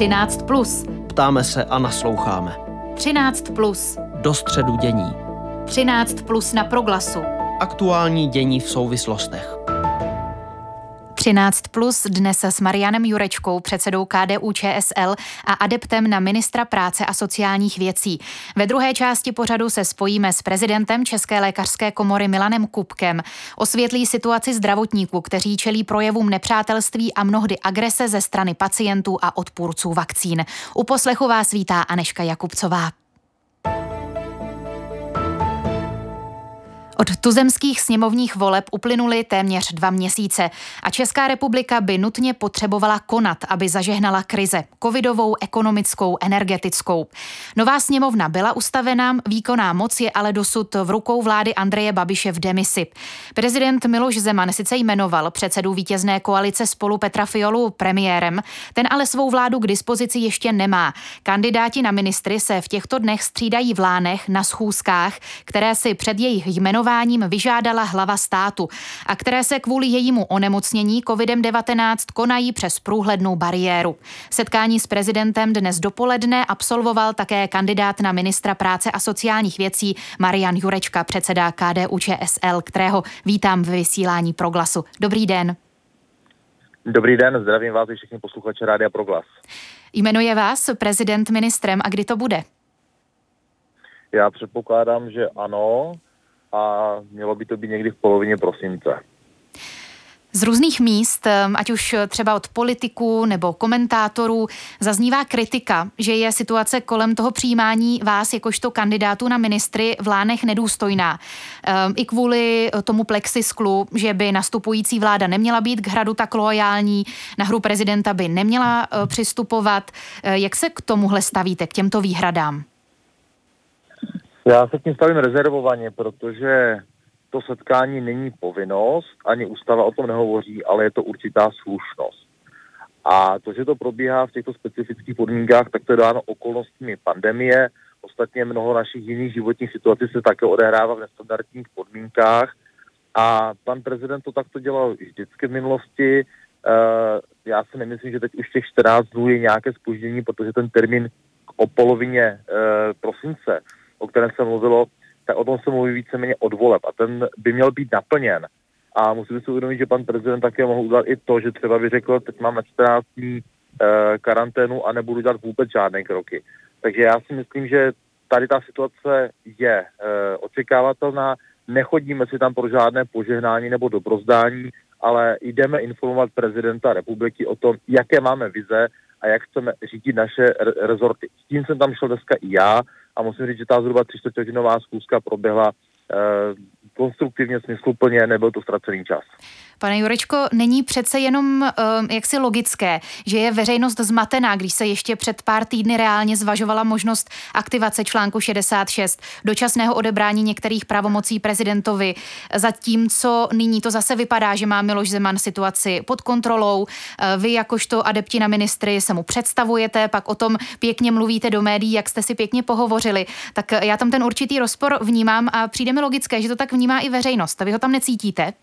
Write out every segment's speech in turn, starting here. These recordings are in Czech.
13+. Ptáme se a nasloucháme. 13+. Do středu dění. 13+ na Proglasu. Aktuální dění v souvislostech. 13+ dnes s Marianem Jurečkou, předsedou KDU-ČSL a adeptem na ministra práce a sociálních věcí. Ve druhé části pořadu se spojíme s prezidentem České lékařské komory Milanem Kubkem. Osvětlí situaci zdravotníků, kteří čelí projevům nepřátelství a mnohdy agrese ze strany pacientů a odpůrců vakcín. U poslechu vás vítá Anežka Jakubcová. Od tuzemských sněmovních voleb uplynuly téměř 2 měsíce a Česká republika by nutně potřebovala konat, aby zažehnala krize covidovou, ekonomickou, energetickou. Nová sněmovna byla ustavena, výkonná moc je ale dosud v rukou vlády Andreje Babiše v demisi. Prezident Miloš Zeman sice jmenoval předsedu vítězné koalice Spolu Petra Fialu premiérem, ten ale svou vládu k dispozici ještě nemá. Kandidáti na ministry se v těchto dnech střídají v Lánech na schůzkách, které si před jejich jmenováním vyžádala hlava státu a které se kvůli jejímu onemocnění COVID-19 konají přes průhlednou bariéru. Setkání s prezidentem dnes dopoledne absolvoval také kandidát na ministra práce a sociálních věcí Marian Jurečka, předseda KDU-ČSL, kterého vítám v vysílání Proglasu. Dobrý den. Dobrý den, zdravím vás i všichni posluchače Rádia Proglas. Jmenuje vás prezident ministrem a kdy to bude? Já předpokládám, že ano, a mělo by to být někdy v polovině prosince. Z různých míst, ať už třeba od politiků nebo komentátorů, zaznívá kritika, že je situace kolem toho přijímání vás jakožto kandidátu na ministry v Lánech nedůstojná. I kvůli tomu plexisklu, že by nastupující vláda neměla být k Hradu tak loajální, na hru prezidenta by neměla přistupovat. Jak se k tomuhle stavíte, k těmto výhradám? Já se k tím stavím rezervovaně, protože to setkání není povinnost, ani ústava o tom nehovoří, ale je to určitá slušnost. A to, že to probíhá v těchto specifických podmínkách, tak to je dáno okolnostmi pandemie. Ostatně mnoho našich jiných životních situací se také odehrává v nestandardních podmínkách. A pan prezident to takto dělal vždycky v minulosti. Já si nemyslím, že teď už těch 14 dnů je nějaké zpoždění, protože ten termín o polovině prosince, o kterém se mluvilo, tak o tom se mluví víceméně od voleb a ten by měl být naplněn. A musíme si uvědomit, že pan prezident také mohl udělat i to, že třeba by řekl, teď mám na 14 dní karanténu a nebudu dělat vůbec žádné kroky. Takže já si myslím, že tady ta situace je očekávatelná, nechodíme si tam pro žádné požehnání nebo dobrozdání, ale jdeme informovat prezidenta republiky o tom, jaké máme vize a jak chceme řídit naše rezorty. S tím jsem tam šel dneska i já, a musím říct, že ta zhruba 3/4hodinová schůzka proběhla konstruktivně, smysluplně, nebyl to ztracený čas. Pane Jurečko, není přece jenom jaksi logické, že je veřejnost zmatená, když se ještě před pár týdny reálně zvažovala možnost aktivace článku 66, dočasného odebrání některých pravomocí prezidentovi, zatímco nyní to zase vypadá, že má Miloš Zeman situaci pod kontrolou. Vy jakožto adepti na ministry se mu představujete, pak o tom pěkně mluvíte do médií, jak jste si pěkně pohovořili. Tak já tam ten určitý rozpor vnímám a přijde mi logické, že to tak vnímá i veřejnost. Vy ho tam necítíte?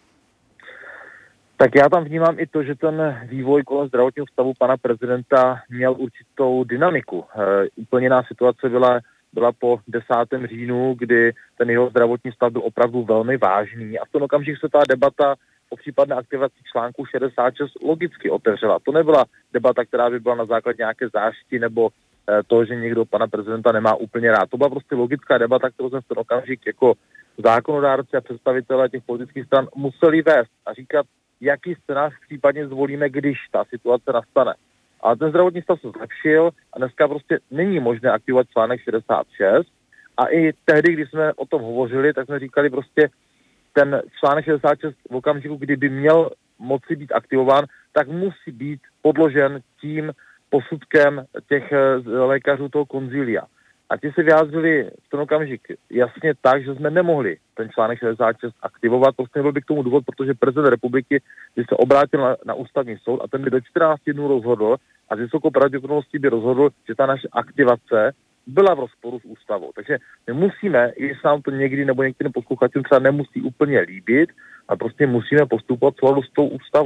Tak já tam vnímám i to, že ten vývoj kolem zdravotního stavu pana prezidenta měl určitou dynamiku. Úplně jiná situace byla po 10. říjnu, kdy ten jeho zdravotní stav byl opravdu velmi vážný a v tom okamžiku se ta debata o případné aktivaci článku 66 logicky otevřela. To nebyla debata, která by byla na základě nějaké zášti nebo to, že někdo pana prezidenta nemá úplně rád. To byla prostě logická debata, kterou jsem v ten okamžik jako zákonodárci a představitelé těch politických stran museli vést a říkat, jaký scénář případně zvolíme, když ta situace nastane. Ale ten zdravotní stav se zlepšil a dneska prostě není možné aktivovat článek 66. A i tehdy, když jsme o tom hovořili, tak jsme říkali prostě ten článek 66 v okamžiku, kdyby měl moci být aktivován, tak musí být podložen tím posudkem těch lékařů toho konzilia. A ti se vyjádřili v ten okamžik jasně tak, že jsme nemohli ten článek 66 aktivovat. Prostě nebyl by k tomu důvod, protože prezident republiky by se obrátil na ústavní soud a ten by do 14 dnů rozhodl a s vysokou pravděpodobností by rozhodl, že ta naše aktivace byla v rozporu s ústavou. Takže my musíme, i když se nám to někdy nebo některým posluchačům třeba nemusí úplně líbit, a prostě musíme postupovat v souladu s tou ústavou.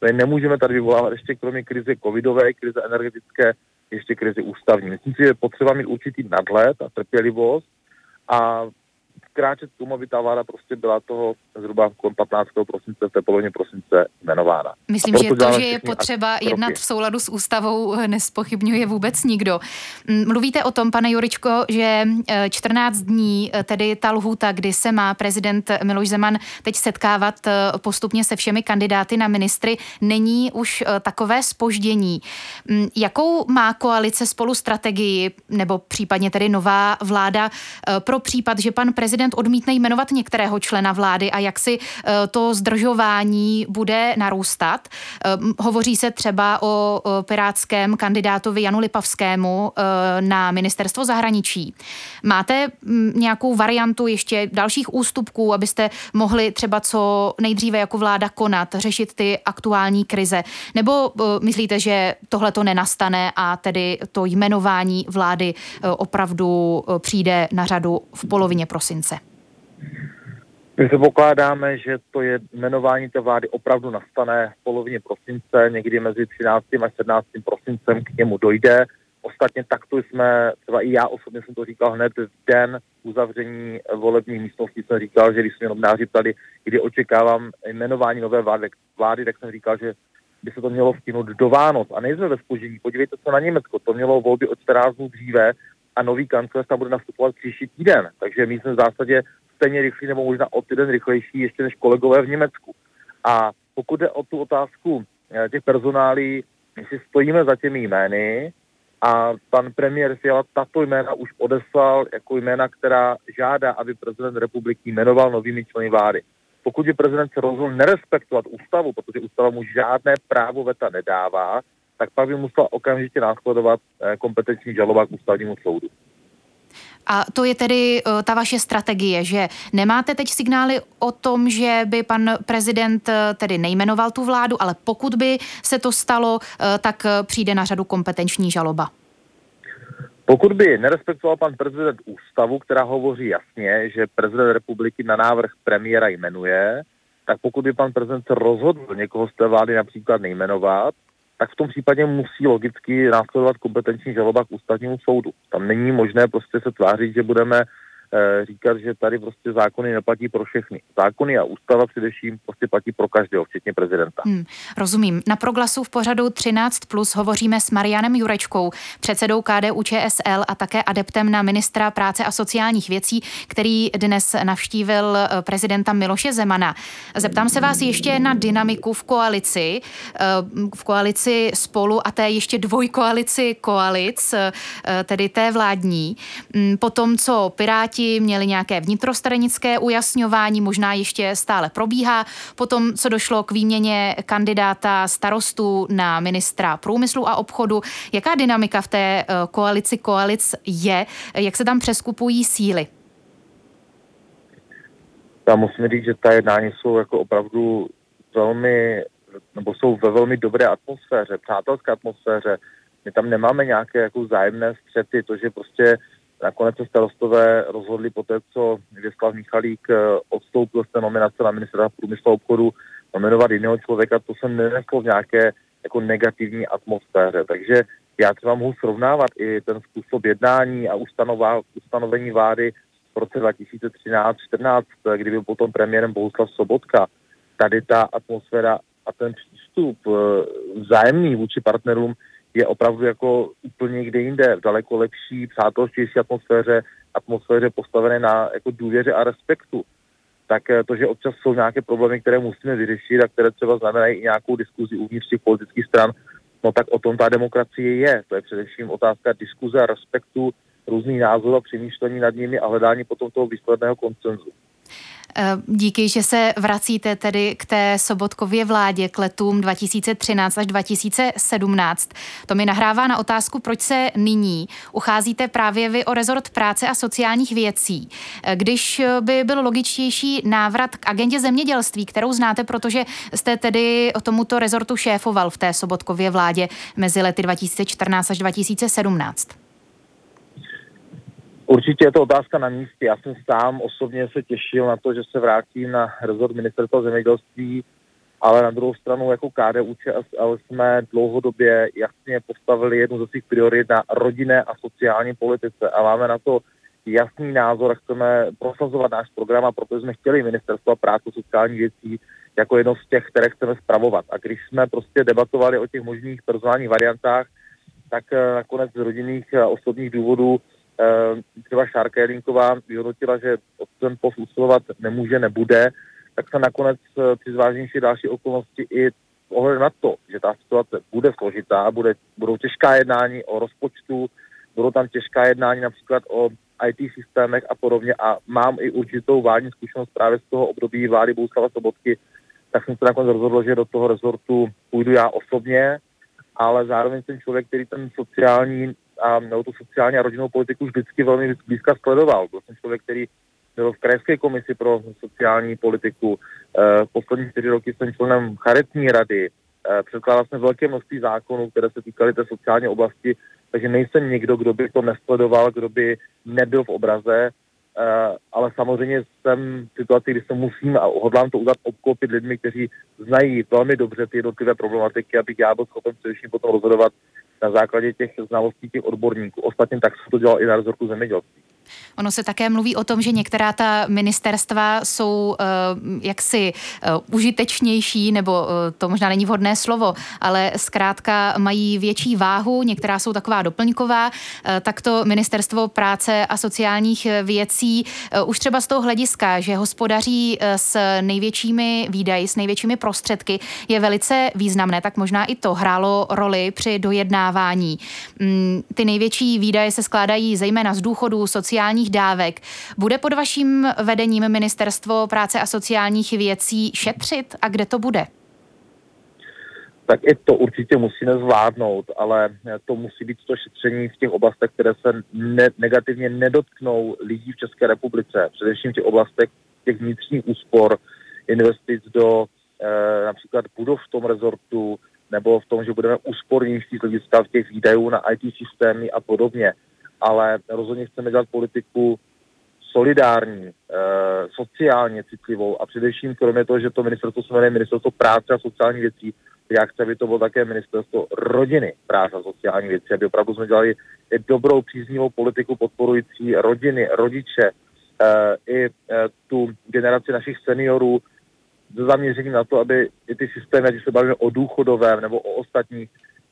nemůžeme tady vyvolávat ještě kromě krize covidové, krize energetické, ještě krizi ústavní. Myslím si, že je potřeba mít určitý nadhled a trpělivost a kráčet k tomu, aby ta vláda prostě byla toho zhruba 15. prosince, v té polovině prosince jmenována. Myslím, že to, že je potřeba jednat v souladu s ústavou, nespochybňuje vůbec nikdo. Mluvíte o tom, pane Jurečko, že 14 dní, tedy ta lhůta, kdy se má prezident Miloš Zeman teď setkávat postupně se všemi kandidáty na ministry, není už takové zpoždění. Jakou má koalice spolu strategii, nebo případně tedy nová vláda pro případ, že pan prezident odmítne jmenovat některého člena vlády a jak si to zdržování bude narůstat? Hovoří se třeba o pirátském kandidátovi Janu Lipavskému na ministerstvo zahraničí. Máte nějakou variantu ještě dalších ústupků, abyste mohli třeba co nejdříve jako vláda konat, řešit ty aktuální krize? Nebo myslíte, že tohle to nenastane a tedy to jmenování vlády opravdu přijde na řadu v polovině prosince? My se pokládáme, že to je jmenování té vlády opravdu nastane v polovině prosince, někdy mezi 13. až 17. prosincem k němu dojde. Ostatně takto jsme, třeba i já osobně jsem to říkal hned v den uzavření volebních místností, jsem říkal, že když se mě novináři ptali, kdy očekávám jmenování nové vlády, tak jsem říkal, že by se to mělo stihnout do Vánoc. A nejsme ve zpoždění. Podívejte se na Německo, to mělo volby o 14 dnů dříve a nový kancléř tam bude nastupovat příští týden. Takže my jsme v zásadě stejně rychlí nebo možná o týden rychlejší ještě než kolegové v Německu. A pokud jde o tu otázku těch personálí, my si stojíme za těmi jmény a pan premiér Fiala tato jména už odeslal jako jména, která žádá, aby prezident republiky jmenoval novými členy vlády. Pokud by prezident se rozhodl nerespektovat ústavu, protože ústava mu žádné právo veta nedává, tak pak by musel okamžitě následovat kompetenční žaloba k ústavnímu soudu. A to je tedy ta vaše strategie, že nemáte teď signály o tom, že by pan prezident tedy nejmenoval tu vládu, ale pokud by se to stalo, tak přijde na řadu kompetenční žaloba. Pokud by nerespektoval pan prezident ústavu, která hovoří jasně, že prezident republiky na návrh premiéra jmenuje, tak pokud by pan prezident se rozhodl někoho z té vlády například nejmenovat, tak v tom případě musí logicky následovat kompetenční žaloba k ústavnímu soudu. Tam není možné prostě se tvářit, že budeme říkat, že tady prostě zákony neplatí pro všechny. Zákony a ústava především prostě platí pro každého, včetně prezidenta. Rozumím. Na Proglasu v pořadu 13+ hovoříme s Marianem Jurečkou, předsedou KDU-ČSL a také adeptem na ministra práce a sociálních věcí, který dnes navštívil prezidenta Miloše Zemana. Zeptám se vás ještě na dynamiku v koalici Spolu a té ještě dvojkoalici koalic, tedy té vládní. Potom, co Piráti měli nějaké vnitrostranické ujasňování, možná ještě stále probíhá. Potom, co došlo k výměně kandidáta starostů na ministra průmyslu a obchodu. Jaká dynamika v té koalic je? Jak se tam přeskupují síly? Já musím říct, že ta jednání jsou jako opravdu jsou ve velmi dobré atmosféře, přátelské atmosféře. My tam nemáme nějaké jako vzájemné střety, to, že prostě nakonec se starostové rozhodli po té, co Věslav Michalík odstoupil z té nominace na ministra průmyslu a obchodu nominovat jiného člověka, to se neneslo v nějaké jako negativní atmosféře. Takže já třeba mohu srovnávat i ten způsob jednání a ustanovení vlády v roce 2013-14, kdy byl potom premiérem Bohuslav Sobotka. Tady ta atmosféra a ten přístup vzájemný vůči partnerům je opravdu jako úplně někde jinde, v daleko lepší, přátelštější atmosféře postavené na jako důvěře a respektu. Tak to, že občas jsou nějaké problémy, které musíme vyřešit a které třeba znamenají i nějakou diskuzi uvnitř těch politických stran, no tak o tom ta demokracie je. To je především otázka diskuze a respektu různých názorů a přemýšlení nad nimi a hledání potom toho výsledného konsenzu. Díky, že se vracíte tedy k té Sobotkově vládě, k letům 2013 až 2017. To mi nahrává na otázku, proč se nyní ucházíte právě vy o rezort práce a sociálních věcí, když by byl logičtější návrat k agendě zemědělství, kterou znáte, protože jste tedy tomuto rezortu šéfoval v té Sobotkově vládě mezi lety 2014 až 2017. Určitě je to otázka na místě. Já jsem sám osobně se těšil na to, že se vrátím na rezort ministerstva zemědělství ale na druhou stranu jako KDU-ČSL jsme dlouhodobě jasně postavili jednu ze svých priorit na rodinné a sociální politice a máme na to jasný názor a chceme prosazovat náš program, a proto jsme chtěli Ministerstvo práce a sociálních věcí jako jedno z těch, které chceme spravovat. A když jsme prostě debatovali o těch možných personálních variantách, tak nakonec z rodinných a osobních důvodů třeba Šárka Jelínková vyhodnotila, že o ten post usilovat nemůže, nebude, tak se nakonec při zvážení další okolnosti i ohledem na to, že ta situace bude složitá, budou těžká jednání o rozpočtu, budou tam těžká jednání například o IT systémech a podobně, a mám i určitou vládní zkušenost právě z toho období vlády Bohuslava Sobotky, tak jsem se nakonec rozhodl, že do toho rezortu půjdu já osobně, ale zároveň jsem člověk, který ten sociální a rodinnou politiku vždycky velmi blízka sledoval. Byl jsem člověk, který byl v krajské komisi pro sociální politiku. Poslední 4 roky jsem členem charitní rady. Předkládal jsem velké množství zákonů, které se týkaly té sociální oblasti, takže nejsem někdo, kdo by to nesledoval, kdo by nebyl v obraze, ale samozřejmě jsem v situaci, kdy se musím a hodlám to udělat, obklopit lidmi, kteří znají velmi dobře ty jednotlivé problematiky, abych já byl schopen především potom rozhodovat na základě těch znalostí těch odborníků. Ostatně tak se to dělal i na rezortu zemědělství. Ono se také mluví o tom, že některá ta ministerstva jsou jaksi užitečnější, nebo to možná není vhodné slovo, ale zkrátka mají větší váhu, některá jsou taková doplňková, tak to Ministerstvo práce a sociálních věcí už třeba z toho hlediska, že hospodaří s největšími výdaji, s největšími prostředky, je velice významné, tak možná i to hrálo roli při dojednávání. Ty největší výdaje se skládají zejména z důchodů, sociálních dávek. Bude pod vaším vedením Ministerstvo práce a sociálních věcí šetřit a kde to bude? Tak i to určitě musíme zvládnout, ale to musí být to šetření v těch oblastech, které se negativně nedotknou lidí v České republice. Především v těch oblastech těch vnitřních úspor, investic do například budov v tom rezortu, nebo v tom, že budeme úspornější z hlediska v těch výdajů na IT systémy a podobně. Ale rozhodně chceme dělat politiku solidární, sociálně citlivou a především kromě toho, že to ministerstvo se jmenuje Ministerstvo práce a sociálních věcí, já chci, aby to bylo také Ministerstvo rodiny, práce a sociálních věcí, aby opravdu jsme dělali dobrou příznivou politiku podporující rodiny, rodiče, i tu generaci našich seniorů, s zaměřením na to, aby i ty systémy, ať se bavíme o důchodovém nebo o ostatních,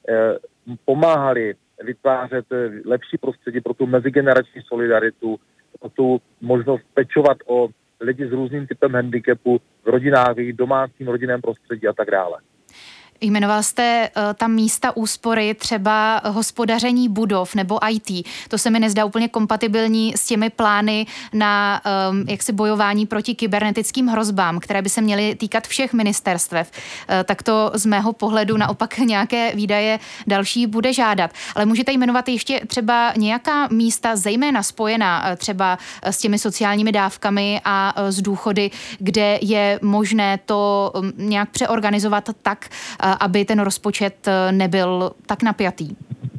pomáhali vytvářet lepší prostředí pro tu mezigenerační solidaritu, pro tu možnost pečovat o lidi s různým typem handicapu v rodinách, v jejich domácím rodinném prostředí a tak dále. Jmenoval jste tam místa úspory, třeba hospodaření budov nebo IT. To se mi nezdá úplně kompatibilní s těmi plány na jaksi bojování proti kybernetickým hrozbám, které by se měly týkat všech ministerstev. Tak to z mého pohledu naopak nějaké výdaje další bude žádat. Ale můžete jmenovat ještě třeba nějaká místa, zejména spojená třeba s těmi sociálními dávkami a s důchody, kde je možné to nějak přeorganizovat tak, aby ten rozpočet nebyl tak napjatý?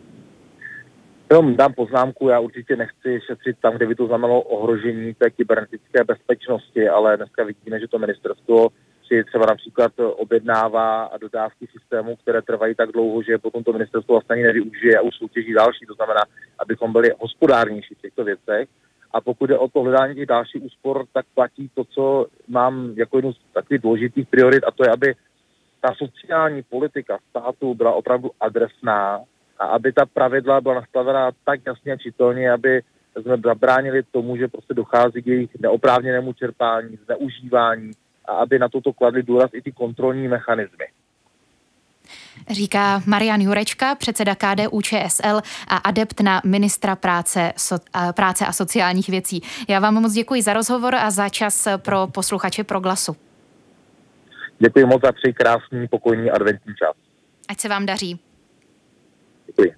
Dám poznámku, já určitě nechci šetřit tam, kde by to znamenalo ohrožení té kybernetické bezpečnosti, ale dneska vidíme, že to ministerstvo si třeba například objednává a dodávky systémů, které trvají tak dlouho, že potom to ministerstvo vlastně ani nevyužije a už soutěží další. To znamená, abychom byli hospodárnější v těchto věcech. A pokud jde o to hledání těch dalších úspor, tak platí to, co mám jako jednu z takových důležitých priorit, a to je, aby ta sociální politika státu byla opravdu adresná a aby ta pravidla byla nastavená tak jasně a čitelně, aby jsme zabránili tomu, že prostě dochází k jejich neoprávněnému čerpání, zneužívání a aby na toto kladli důraz i ty kontrolní mechanismy. Říká Marian Jurečka, předseda KDU-ČSL a adept na ministra práce a sociálních věcí. Já vám moc děkuji za rozhovor a za čas pro posluchače Proglasu. Děkuji moc a přeji krásný, pokojný adventní čas. Ať se vám daří. Děkuji.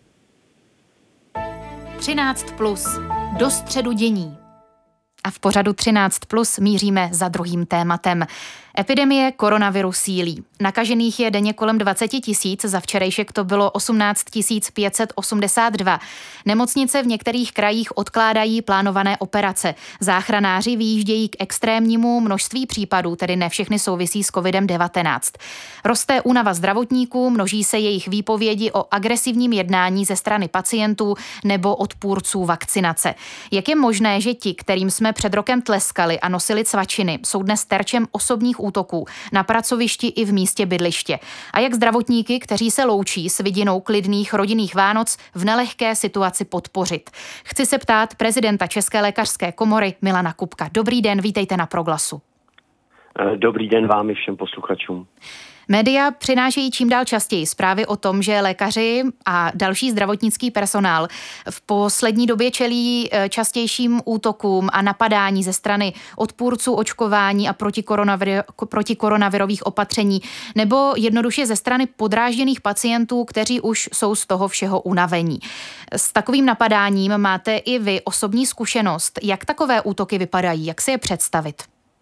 13+. Do středu dění. A v pořadu 13+ míříme za druhým tématem. Epidemie koronaviru sílí. Nakažených je denně kolem 20 000, za včerejšek to bylo 18 582. Nemocnice v některých krajích odkládají plánované operace. Záchranáři vyjíždějí k extrémnímu množství případů, tedy ne všechny souvisí s COVID-19. Roste únava zdravotníků, množí se jejich výpovědi o agresivním jednání ze strany pacientů nebo odpůrců vakcinace. Jak je možné, že ti, kterým jsme před rokem tleskali a nosili cvačiny, jsou dnes terčem osobních útoků na pracovišti i v místě bydliště? A jak zdravotníky, kteří se loučí s vidinou klidných rodinných Vánoc, v nelehké situaci podpořit? Chci se ptát prezidenta České lékařské komory Milana Kupka. Dobrý den, vítejte na Proglasu. Dobrý den vám i všem posluchačům. Média přinášejí čím dál častěji zprávy o tom, že lékaři a další zdravotnický personál v poslední době čelí častějším útokům a napadání ze strany odpůrců očkování a protikoronavirových opatření, nebo jednoduše ze strany podrážděných pacientů, kteří už jsou z toho všeho unavení. S takovým napadáním máte i vy osobní zkušenost. Jak takové útoky vypadají? Jak si je představit?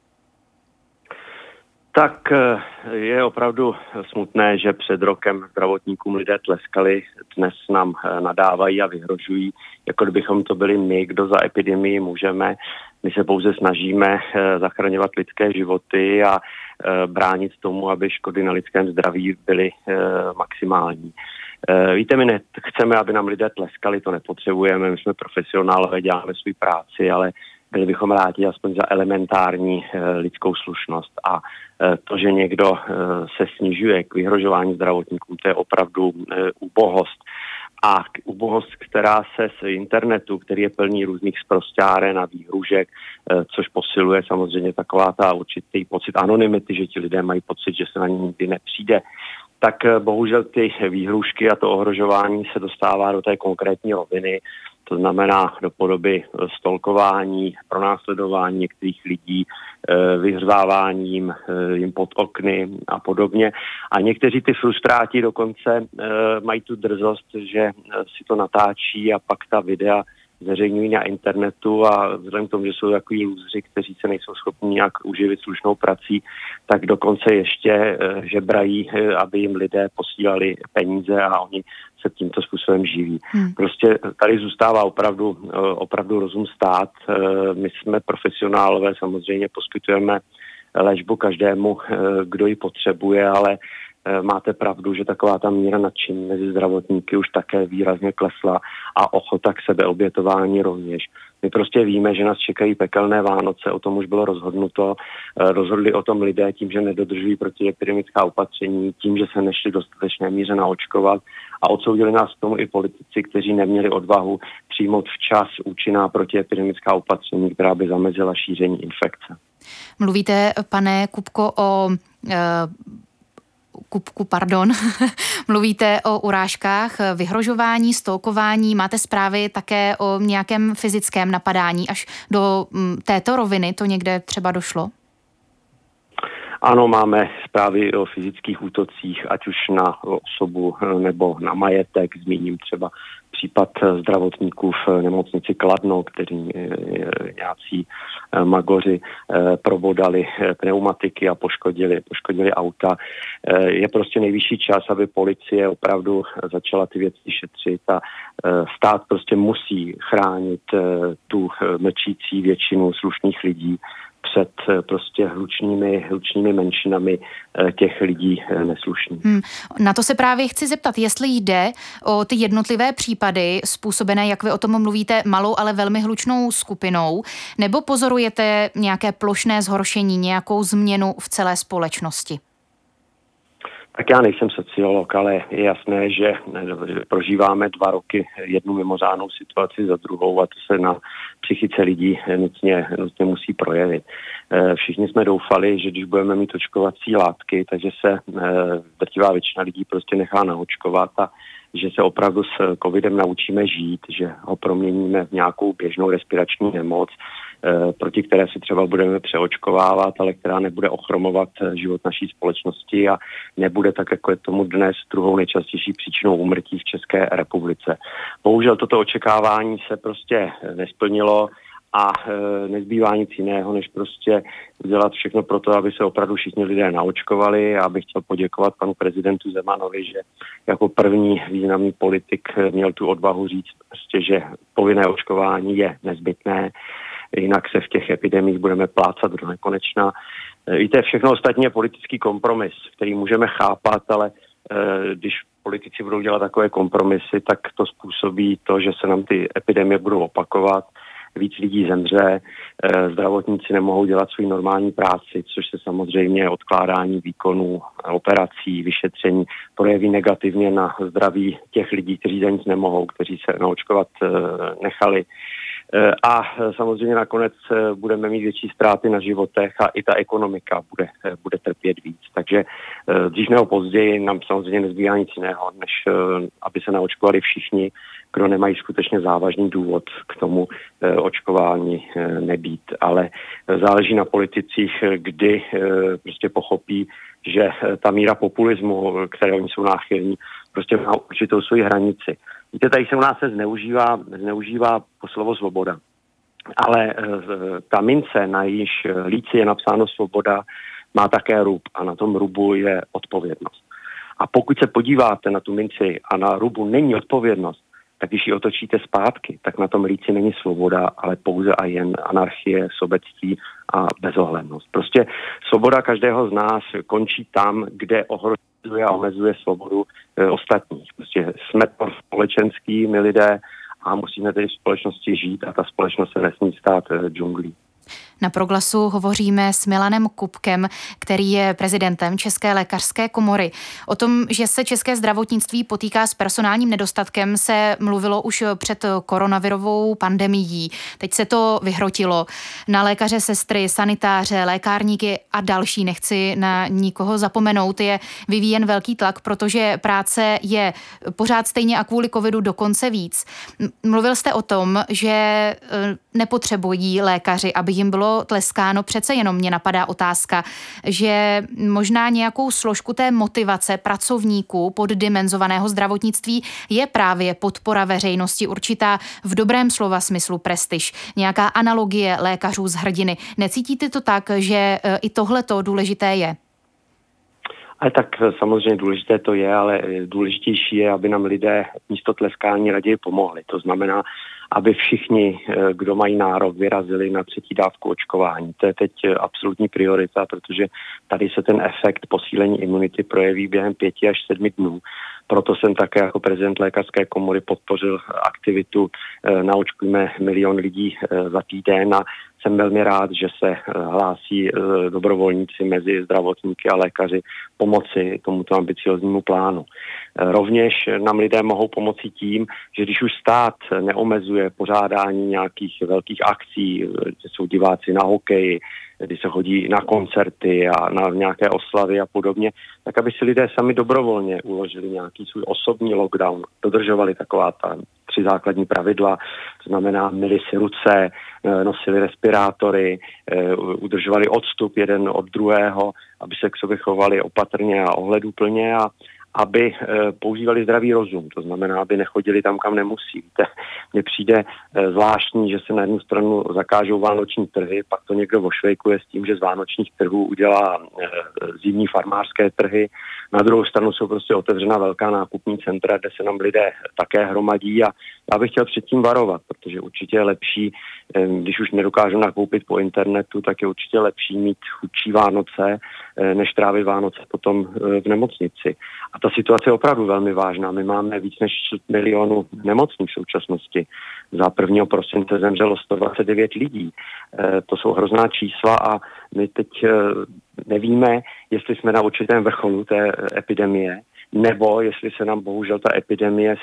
Tak je opravdu smutné, že před rokem zdravotníkům lidé tleskali, dnes nám nadávají a vyhrožují, jako kdybychom to byli my, kdo za epidemii můžeme. My se pouze snažíme zachraňovat lidské životy a bránit tomu, aby škody na lidském zdraví byly maximální. Víte, my chceme, aby nám lidé tleskali, to nepotřebujeme, my jsme profesionálové, děláme svou práci, ale byli bychom rádi aspoň za elementární lidskou slušnost. A to, že někdo se snižuje k vyhrožování zdravotníkům, to je opravdu ubohost. A ubohost, která se z internetu, který je plný různých sprosťáren a výhružek, což posiluje samozřejmě taková ta určitý pocit anonymity, že ti lidé mají pocit, že se na ně nikdy nepřijde, tak bohužel ty výhrušky a to ohrožování se dostává do té konkrétní roviny, to znamená do podoby stalkování, pronásledování některých lidí, vyhřváváním jim pod okny a podobně. A někteří ty frustráti dokonce mají tu drzost, že si to natáčí a pak ta videa zveřejňují na internetu a vzhledem k tomu, že jsou takový lůzři, kteří se nejsou schopni nějak uživit slušnou prací, tak dokonce ještě žebrají, aby jim lidé posílali peníze a oni se tímto způsobem živí. Prostě tady zůstává opravdu rozum stát. My jsme profesionálové, samozřejmě poskytujeme léčbu každému, kdo ji potřebuje, ale máte pravdu, že taková ta míra nadšení mezi zdravotníky už také výrazně klesla a ochota k sebeobětování rovněž. My prostě víme, že nás čekají pekelné Vánoce, o tom už bylo rozhodnuto. Rozhodli o tom lidé tím, že nedodržují protiepidemická opatření, tím, že se nešli dostatečné míře naočkovat a odsoudili nás k tomu i politici, kteří neměli odvahu přijmout včas účinná protiepidemická opatření, která by zamezila šíření infekce. Mluvíte, pane Kupko, Mluvíte o urážkách, vyhrožování, stalkování, máte zprávy také o nějakém fyzickém napadání, až do této roviny to někde třeba došlo? Ano, máme zprávy o fyzických útocích, ať už na osobu nebo na majetek. Zmíním třeba případ zdravotníků v nemocnici Kladno, kteří nějací magoři probodali pneumatiky a poškodili auta. Je prostě nejvyšší čas, aby policie opravdu začala ty věci šetřit a stát prostě musí chránit tu mlčící většinu slušných lidí před prostě hlučnými menšinami těch lidí neslušných. Na to se právě chci zeptat, jestli jde o ty jednotlivé případy způsobené, jak vy o tom mluvíte, malou, ale velmi hlučnou skupinou, nebo pozorujete nějaké plošné zhoršení, nějakou změnu v celé společnosti? Tak já nejsem sociolog, ale je jasné, že prožíváme 2 roky jednu mimořádnou situaci za druhou a to se na psychice lidí nutně musí projevit. Všichni jsme doufali, že když budeme mít očkovací látky, takže se drtivá většina lidí prostě nechá naočkovat a že se opravdu s covidem naučíme žít, že ho proměníme v nějakou běžnou respirační nemoc, proti které si třeba budeme přeočkovávat, ale která nebude ochromovat život naší společnosti a nebude tak, jako je tomu dnes, druhou nejčastější příčinou úmrtí v České republice. Bohužel toto očekávání se prostě nesplnilo a nezbývá nic jiného, než prostě udělat všechno pro to, aby se opravdu všichni lidé naočkovali. Já bych chtěl poděkovat panu prezidentu Zemanovi, že jako první významný politik měl tu odvahu říct prostě, že povinné očkování je nezbytné, jinak se v těch epidemiích budeme plácat do nekonečna. Víte, všechno ostatní je politický kompromis, který můžeme chápat, ale když politici budou dělat takové kompromisy, tak to způsobí to, že se nám ty epidemie budou opakovat, víc lidí zemře, zdravotníci nemohou dělat svou normální práci, což se samozřejmě odkládání výkonů, operací, vyšetření projeví negativně na zdraví těch lidí, kteří za nic nemohou, kteří se naočkovat nechali. A samozřejmě nakonec budeme mít větší ztráty na životech a i ta ekonomika bude trpět víc. Takže dřív nebo později nám samozřejmě nezbývá nic jiného, než aby se naočkovali všichni, kdo nemají skutečně závažný důvod k tomu očkování nebýt. Ale záleží na politicích, kdy prostě pochopí, že ta míra populismu, které oni jsou náchylní, prostě má určitou svoji hranici. Víte, tady se u nás se zneužívá slovo svoboda. Ale ta mince, na jejíž líci je napsáno svoboda, má také rub a na tom rubu je odpovědnost. A pokud se podíváte na tu minci a na rubu není odpovědnost, tak když ji otočíte zpátky, tak na tom líci není svoboda, ale pouze a jen anarchie, sobectví a bezohlednost. Prostě svoboda každého z nás končí tam, kde ohrožuje a omezuje svobodu ostatních. Prostě jsme to společenský, my lidé, a musíme tedy v společnosti žít a ta společnost se nesmí stát džunglí. Na Proglasu hovoříme s Milanem Kupkem, který je prezidentem České lékařské komory. O tom, že se české zdravotnictví potýká s personálním nedostatkem, se mluvilo už před koronavirovou pandemií. Teď se to vyhrotilo. Na lékaře, sestry, sanitáře, lékárníky a další, nechci na nikoho zapomenout, je vyvíjen velký tlak, protože práce je pořád stejně a kvůli covidu dokonce víc. Mluvil jste o tom, že nepotřebují lékaři, aby jim bylo tleskáno. Přece jenom mě napadá otázka, že možná nějakou složku té motivace pracovníků poddimenzovaného zdravotnictví je právě podpora veřejnosti, určitá v dobrém slova smyslu prestiž, nějaká analogie lékařů z hrdiny. Necítíte to tak, že i tohleto důležité je? Ale tak samozřejmě důležité to je, ale důležitější je, aby nám lidé místo tleskání raději pomohli. To znamená, aby všichni, kdo mají nárok, vyrazili na 3. dávku očkování. To je teď absolutní priorita, protože tady se ten efekt posílení imunity projeví během 5 až 7 dnů. Proto jsem také jako prezident lékařské komory podpořil aktivitu Naočkujme 1 milion lidí za týden a jsem velmi rád, že se hlásí dobrovolníci mezi zdravotníky a lékaři pomoci tomuto ambicioznímu plánu. Rovněž nám lidé mohou pomoci tím, že když už stát neomezuje pořádání nějakých velkých akcí, že jsou diváci na hokej, kdy se chodí na koncerty a na nějaké oslavy a podobně, tak aby si lidé sami dobrovolně uložili nějaký svůj osobní lockdown, dodržovali taková ta 3 základní pravidla, to znamená myli si ruce, nosili respirátory, udržovali odstup jeden od druhého, aby se k sobě chovali opatrně a ohleduplně a aby používali zdravý rozum, to znamená, aby nechodili tam, kam nemusí. Víte, mně přijde zvláštní, že se na jednu stranu zakážou vánoční trhy, pak to někdo ošvejkuje s tím, že z vánočních trhů udělá zimní farmářské trhy. Na druhou stranu jsou prostě otevřena velká nákupní centra, kde se nám lidé také hromadí a já bych chtěl předtím varovat, protože určitě je lepší, když už nedokážu nakoupit po internetu, tak je určitě lepší mít chudší Vánoce, než trávit Vánoce potom v nemocnici. A ta situace je opravdu velmi vážná. My máme víc než 1 milionu nemocných v současnosti. Za 1. prosince zemřelo 129 lidí. To jsou hrozná čísla a my teď nevíme, jestli jsme na určitém vrcholu té epidemie, nebo jestli se nám bohužel ta epidemie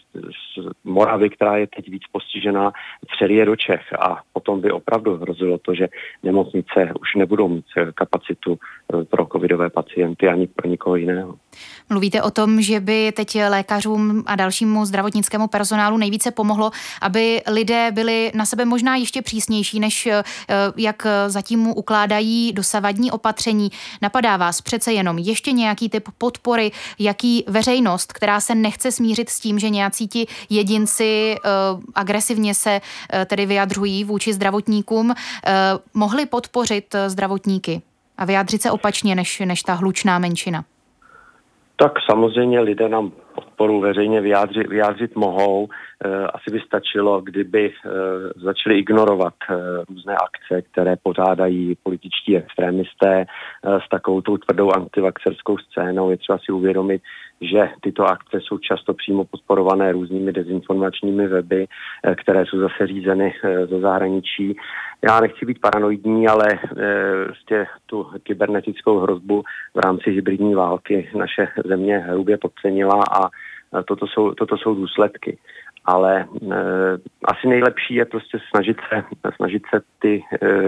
z Moravy, která je teď víc postižená, přelije do Čech a potom by opravdu hrozilo to, že nemocnice už nebudou mít kapacitu pro covidové pacienty ani pro nikoho jiného. Mluvíte o tom, že by teď lékařům a dalšímu zdravotnickému personálu nejvíce pomohlo, aby lidé byli na sebe možná ještě přísnější, než jak zatím ukládají dosavadní opatření. Napadá vás přece jenom ještě nějaký typ podpory, jaký veřejnost, která se nechce smířit s tím, že nějací ti jedinci agresivně se tedy vyjadřují vůči zdravotníkům, mohli podpořit zdravotníky a vyjádřit se opačně než ta hlučná menšina? Tak samozřejmě lidé nám podporu veřejně vyjádřit mohou. Asi by stačilo, kdyby začali ignorovat různé akce, které pořádají političtí extrémisté s takovou tou tvrdou antivaxerskou scénou. Je třeba si uvědomit, že tyto akce jsou často přímo podporované různými dezinformačními weby, které jsou zase řízeny ze zahraničí. Já nechci být paranoidní, ale tu kybernetickou hrozbu v rámci hybridní války naše země hrubě podcenila a toto jsou důsledky. Ale asi nejlepší je prostě snažit se ty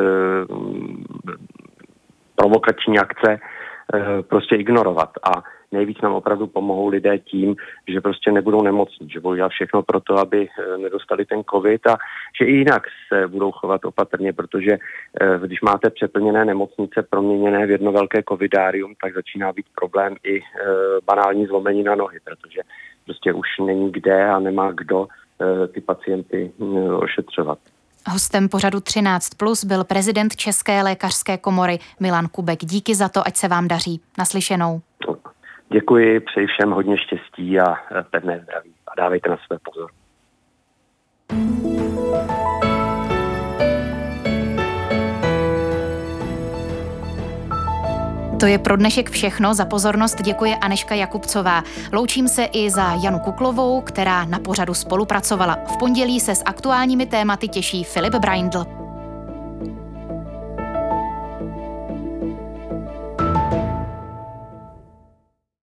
provokační akce prostě ignorovat a nejvíc nám opravdu pomohou lidé tím, že prostě nebudou nemocní, že budou dělat všechno pro to, aby nedostali ten covid a že i jinak se budou chovat opatrně, protože když máte přeplněné nemocnice proměněné v jedno velké covidárium, tak začíná být problém i banální zlomení na nohy, protože prostě už není kde a nemá kdo ty pacienty ošetřovat. Hostem pořadu 13+ byl prezident České lékařské komory Milan Kubek. Díky za to, ať se vám daří. Naslyšenou. Děkuji, přeji všem hodně štěstí a pevné zdraví. A dávejte na sebe pozor. To je pro dnešek všechno. Za pozornost děkuje Anežka Jakubcová. Loučím se i za Janu Kuklovou, která na pořadu spolupracovala. V pondělí se s aktuálními tématy těší Filip Braindl.